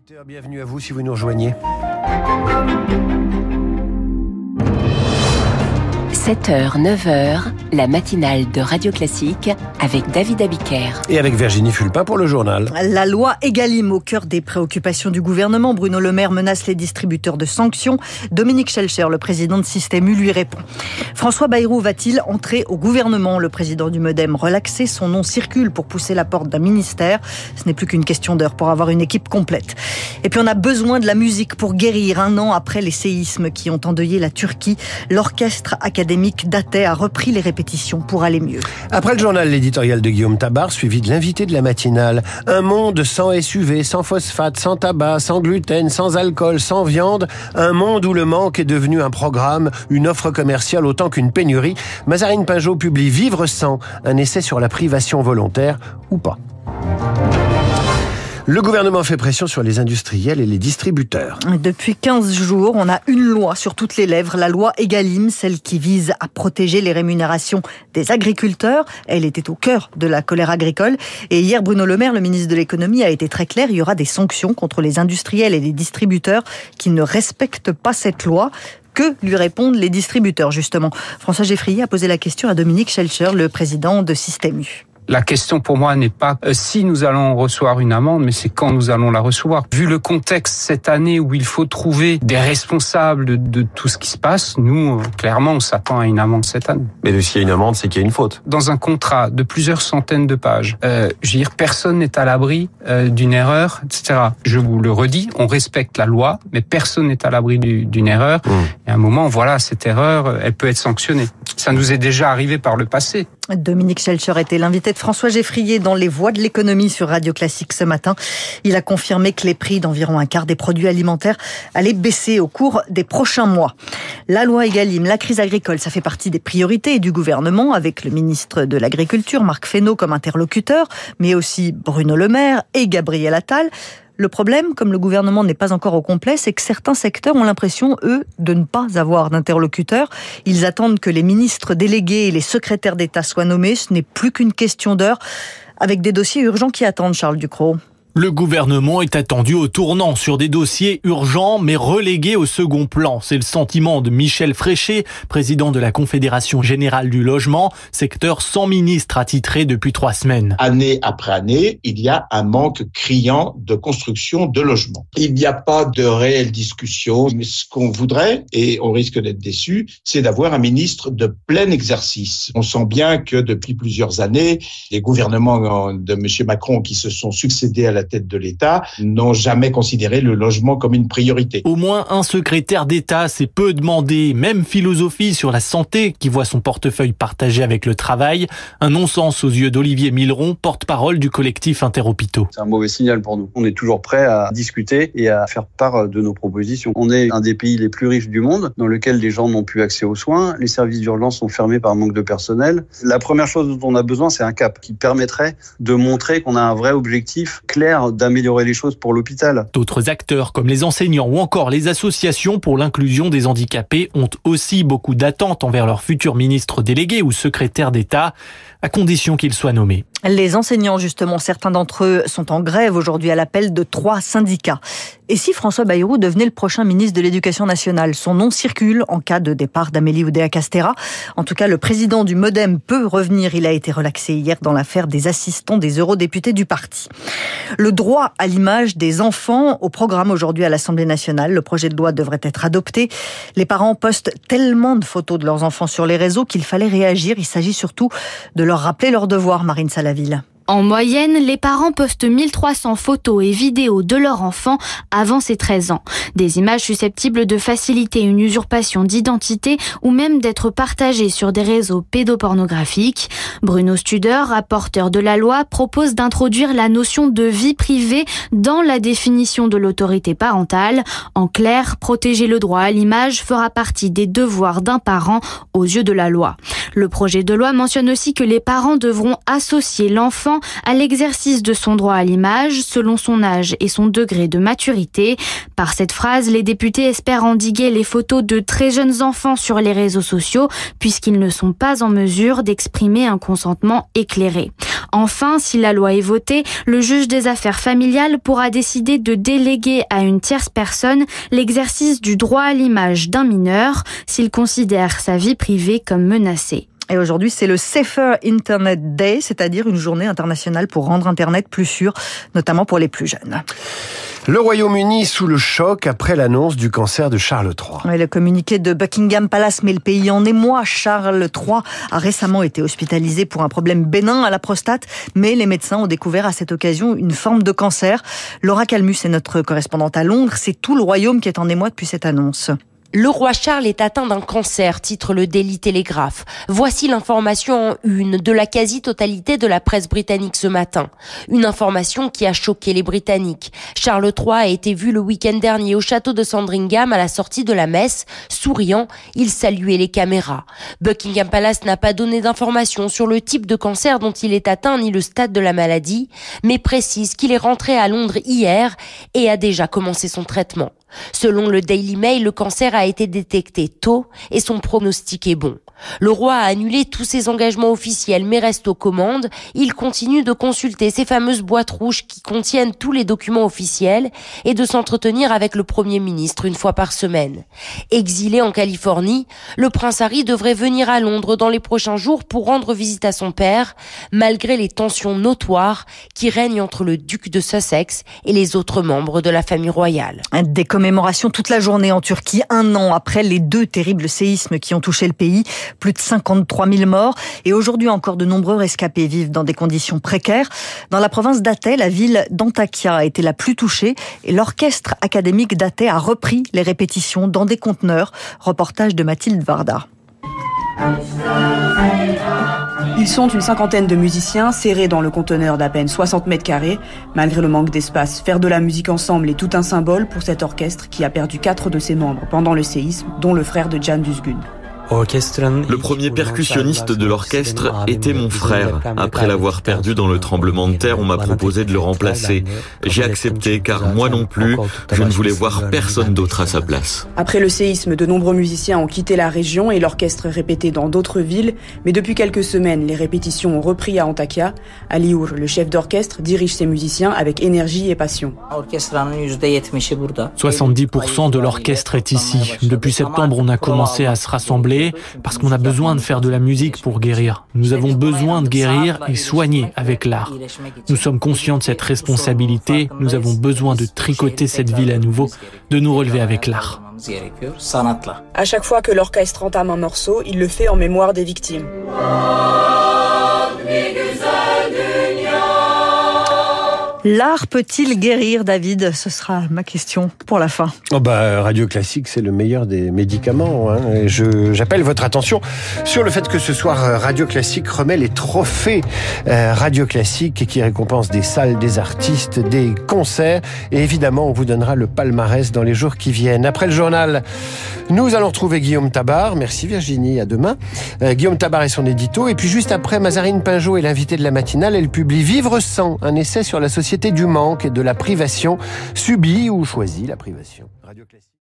Bienvenue à vous si vous nous rejoignez. 7h, 9h, la matinale de Radio Classique avec David Abiker. Et avec Virginie Fulpin pour le journal. La loi Egalim au cœur des préoccupations du gouvernement. Bruno Le Maire menace les distributeurs de sanctions. Dominique Schelcher, le président de Système U, lui répond. François Bayrou va-t-il entrer au gouvernement ? Le président du Modem relaxé, son nom circule pour pousser la porte d'un ministère. Ce n'est plus qu'une question d'heure pour avoir une équipe complète. Et puis on a besoin de la musique pour guérir. 1 an après les séismes qui ont endeuillé la Turquie, l'orchestre académique d'Athée a repris les répétitions pour aller mieux. Après le journal, l'éditorial de Guillaume Tabar, suivi de l'invité de la matinale. Un monde sans SUV, sans phosphate, sans tabac, sans gluten, sans alcool, sans viande. Un monde où le manque est devenu un programme, une offre commerciale autant qu'une pénurie. Mazarine Pinjot publie Vivre sans, un essai sur la privation volontaire ou pas. Le gouvernement fait pression sur les industriels et les distributeurs. Depuis 15 jours, on a une loi sur toutes les lèvres, la loi Egalim, celle qui vise à protéger les rémunérations des agriculteurs. Elle était au cœur de la colère agricole. Et hier, Bruno Le Maire, le ministre de l'économie, a été très clair. Il y aura des sanctions contre les industriels et les distributeurs qui ne respectent pas cette loi. Que lui répondent les distributeurs, justement ? François Geffrier a posé la question à Dominique Schelcher, le président de Système U. La question pour moi n'est pas si nous allons recevoir une amende, mais c'est quand nous allons la recevoir. Vu le contexte cette année où il faut trouver des responsables de tout ce qui se passe, nous, clairement, on s'attend à une amende cette année. Mais s'il y a une amende, c'est qu'il y a une faute. Dans un contrat de plusieurs centaines de pages, je veux dire, personne n'est à l'abri d'une erreur, etc. Je vous le redis, on respecte la loi, mais personne n'est à l'abri d'une erreur. Et à un moment, voilà, cette erreur, elle peut être sanctionnée. Ça nous est déjà arrivé par le passé. Dominique Schelcher était l'invité de François Geffrier dans Les Voix de l'économie sur Radio Classique ce matin. Il a confirmé que les prix d'environ un quart des produits alimentaires allaient baisser au cours des prochains mois. La loi Egalim, la crise agricole, ça fait partie des priorités du gouvernement avec le ministre de l'Agriculture, Marc Fesneau, comme interlocuteur, mais aussi Bruno Le Maire et Gabriel Attal. Le problème, comme le gouvernement n'est pas encore au complet, c'est que certains secteurs ont l'impression, eux, de ne pas avoir d'interlocuteurs. Ils attendent que les ministres délégués et les secrétaires d'État soient nommés. Ce n'est plus qu'une question d'heure, avec des dossiers urgents qui attendent, Charles Ducrot. Le gouvernement est attendu au tournant sur des dossiers urgents mais relégués au second plan. C'est le sentiment de Michel Fréchet, président de la Confédération Générale du Logement, secteur sans ministre attitré depuis 3 semaines. Année après année, il y a un manque criant de construction de logements. Il n'y a pas de réelle discussion. Mais ce qu'on voudrait, et on risque d'être déçu, c'est d'avoir un ministre de plein exercice. On sent bien que depuis plusieurs années, les gouvernements de M. Macron qui se sont succédés à la tête de l'État n'ont jamais considéré le logement comme une priorité. Au moins un secrétaire d'État, c'est peu demandé. Même philosophie sur la santé, qui voit son portefeuille partagé avec le travail. Un non-sens aux yeux d'Olivier Milleron, porte-parole du collectif Interhôpitaux. C'est un mauvais signal pour nous. On est toujours prêt à discuter et à faire part de nos propositions. On est un des pays les plus riches du monde, dans lequel les gens n'ont plus accès aux soins. Les services d'urgence sont fermés par manque de personnel. La première chose dont on a besoin, c'est un cap qui permettrait de montrer qu'on a un vrai objectif clair d'améliorer les choses pour l'hôpital. D'autres acteurs comme les enseignants ou encore les associations pour l'inclusion des handicapés ont aussi beaucoup d'attentes envers leur futur ministre délégué ou secrétaire d'État, à condition qu'il soit nommé. Les enseignants, justement, certains d'entre eux sont en grève aujourd'hui à l'appel de 3 syndicats. Et si François Bayrou devenait le prochain ministre de l'Éducation nationale ? Son nom circule en cas de départ d'Amélie Oudéa-Castéra. En tout cas, le président du Modem peut revenir. Il a été relaxé hier dans l'affaire des assistants des eurodéputés du parti. Le droit à l'image des enfants au programme aujourd'hui à l'Assemblée nationale. Le projet de loi devrait être adopté. Les parents postent tellement de photos de leurs enfants sur les réseaux qu'il fallait réagir. Il s'agit surtout de leur rappeler leurs devoirs, Marine Salaville. En moyenne, les parents postent 1300 photos et vidéos de leur enfant avant ses 13 ans. Des images susceptibles de faciliter une usurpation d'identité ou même d'être partagées sur des réseaux pédopornographiques. Bruno Studer, rapporteur de la loi, propose d'introduire la notion de vie privée dans la définition de l'autorité parentale. En clair, protéger le droit à l'image fera partie des devoirs d'un parent aux yeux de la loi. Le projet de loi mentionne aussi que les parents devront associer l'enfant enfant à l'exercice de son droit à l'image selon son âge et son degré de maturité. Par cette phrase, les députés espèrent endiguer les photos de très jeunes enfants sur les réseaux sociaux puisqu'ils ne sont pas en mesure d'exprimer un consentement éclairé. Enfin, si la loi est votée, le juge des affaires familiales pourra décider de déléguer à une tierce personne l'exercice du droit à l'image d'un mineur s'il considère sa vie privée comme menacée. Et aujourd'hui, c'est le Safer Internet Day, c'est-à-dire une journée internationale pour rendre Internet plus sûr, notamment pour les plus jeunes. Le Royaume-Uni sous le choc après l'annonce du cancer de Charles III. Oui, le communiqué de Buckingham Palace met le pays en émoi. Charles III a récemment été hospitalisé pour un problème bénin à la prostate, mais les médecins ont découvert à cette occasion une forme de cancer. Laura Calmus est notre correspondante à Londres. C'est tout le royaume qui est en émoi depuis cette annonce. Le roi Charles est atteint d'un cancer, titre le Daily Telegraph. Voici l'information en une de la quasi-totalité de la presse britannique ce matin. Une information qui a choqué les Britanniques. Charles III a été vu le week-end dernier au château de Sandringham à la sortie de la messe. Souriant, il saluait les caméras. Buckingham Palace n'a pas donné d'informations sur le type de cancer dont il est atteint ni le stade de la maladie, mais précise qu'il est rentré à Londres hier et a déjà commencé son traitement. Selon le Daily Mail, le cancer a été détecté tôt et son pronostic est bon. Le roi a annulé tous ses engagements officiels mais reste aux commandes. Il continue de consulter ces fameuses boîtes rouges qui contiennent tous les documents officiels et de s'entretenir avec le Premier ministre une fois par semaine. Exilé en Californie, le prince Harry devrait venir à Londres dans les prochains jours pour rendre visite à son père, malgré les tensions notoires qui règnent entre le duc de Sussex et les autres membres de la famille royale. Des commémorations toute la journée en Turquie, 1 an après les 2 terribles séismes qui ont touché le pays. Plus de 53 000 morts et aujourd'hui encore de nombreux rescapés vivent dans des conditions précaires. Dans la province d'Hatay, la ville d'Antakya a été la plus touchée et l'orchestre académique d'Hatay a repris les répétitions dans des conteneurs. Reportage de Mathilde Varda. Ils sont une cinquantaine de musiciens serrés dans le conteneur d'à peine 60 mètres carrés. Malgré le manque d'espace, faire de la musique ensemble est tout un symbole pour cet orchestre qui a perdu 4 de ses membres pendant le séisme, dont le frère de Can Düzgün. Le premier percussionniste de l'orchestre était mon frère. Après l'avoir perdu dans le tremblement de terre, on m'a proposé de le remplacer. J'ai accepté car moi non plus, je ne voulais voir personne d'autre à sa place. Après le séisme, de nombreux musiciens ont quitté la région et l'orchestre répétait dans d'autres villes. Mais depuis quelques semaines, les répétitions ont repris à Antakya. Ali Uğur, le chef d'orchestre, dirige ses musiciens avec énergie et passion. 70% de l'orchestre est ici. Depuis septembre, on a commencé à se rassembler parce qu'on a besoin de faire de la musique pour guérir. Nous avons besoin de guérir et soigner avec l'art. Nous sommes conscients de cette responsabilité. Nous avons besoin de tricoter cette ville à nouveau, de nous relever avec l'art. À chaque fois que l'orchestre entame un morceau, il le fait en mémoire des victimes. L'art peut-il guérir, David ? Ce sera ma question pour la fin. Radio Classique, c'est le meilleur des médicaments. Et j'appelle votre attention sur le fait que ce soir, Radio Classique remet les trophées Radio Classique qui récompensent des salles, des artistes, des concerts. Et évidemment, on vous donnera le palmarès dans les jours qui viennent. Après le journal, nous allons retrouver Guillaume Tabar. Merci Virginie, à demain. Guillaume Tabar et son édito. Et puis juste après, Mazarine Pinjot est l'invitée de la matinale. Elle publie Vivre sans, un essai sur la société du manque et de la privation, subie ou choisie la privation. Radio Classique.